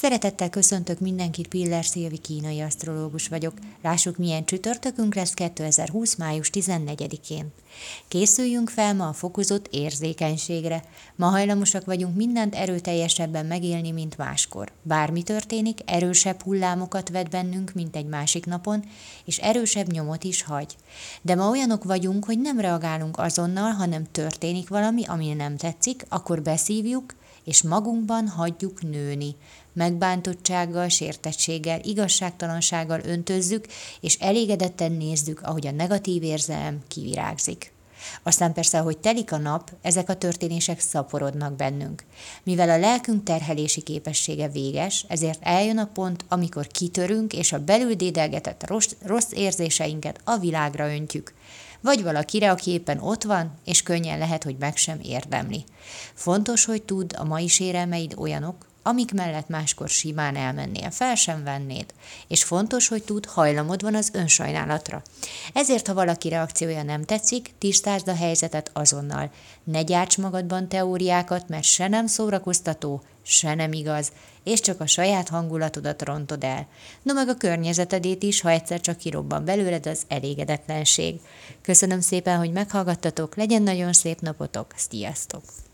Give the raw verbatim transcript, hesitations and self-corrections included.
Szeretettel köszöntök mindenkit, Piller Szilvi kínai asztrológus vagyok. Lássuk, milyen csütörtökünk lesz kétezer-húsz. május tizennegyedikén. Készüljünk fel ma a fokozott érzékenységre. Ma hajlamosak vagyunk mindent erőteljesebben megélni, mint máskor. Bármi történik, erősebb hullámokat vet bennünk, mint egy másik napon, és erősebb nyomot is hagy. De ma olyanok vagyunk, hogy nem reagálunk azonnal, hanem történik valami, ami nem tetszik, akkor beszívjuk, és magunkban hagyjuk nőni. Megbántottsággal, sértettséggel, igazságtalansággal öntözzük, és elégedetten nézzük, ahogy a negatív érzelem kivirágzik. Aztán persze, ahogy telik a nap, ezek a történések szaporodnak bennünk. Mivel a lelkünk terhelési képessége véges, ezért eljön a pont, amikor kitörünk, és a belül dédelgetett rossz, rossz érzéseinket a világra öntjük. Vagy valakire, aki éppen ott van, és könnyen lehet, hogy meg sem érdemli. Fontos, hogy tudd, a mai sérelmeid olyanok, amik mellett máskor simán elmennél, fel sem vennéd. És fontos, hogy tudd, hajlamod van az önsajnálatra. Ezért, ha valaki reakciója nem tetszik, tisztázd a helyzetet azonnal. Ne gyárts magadban teóriákat, mert se nem szórakoztató, se nem igaz, és csak a saját hangulatodat rontod el. No meg a környezetedét is, ha egyszer csak kirobban belőled az elégedetlenség. Köszönöm szépen, hogy meghallgattatok, legyen nagyon szép napotok, sziasztok!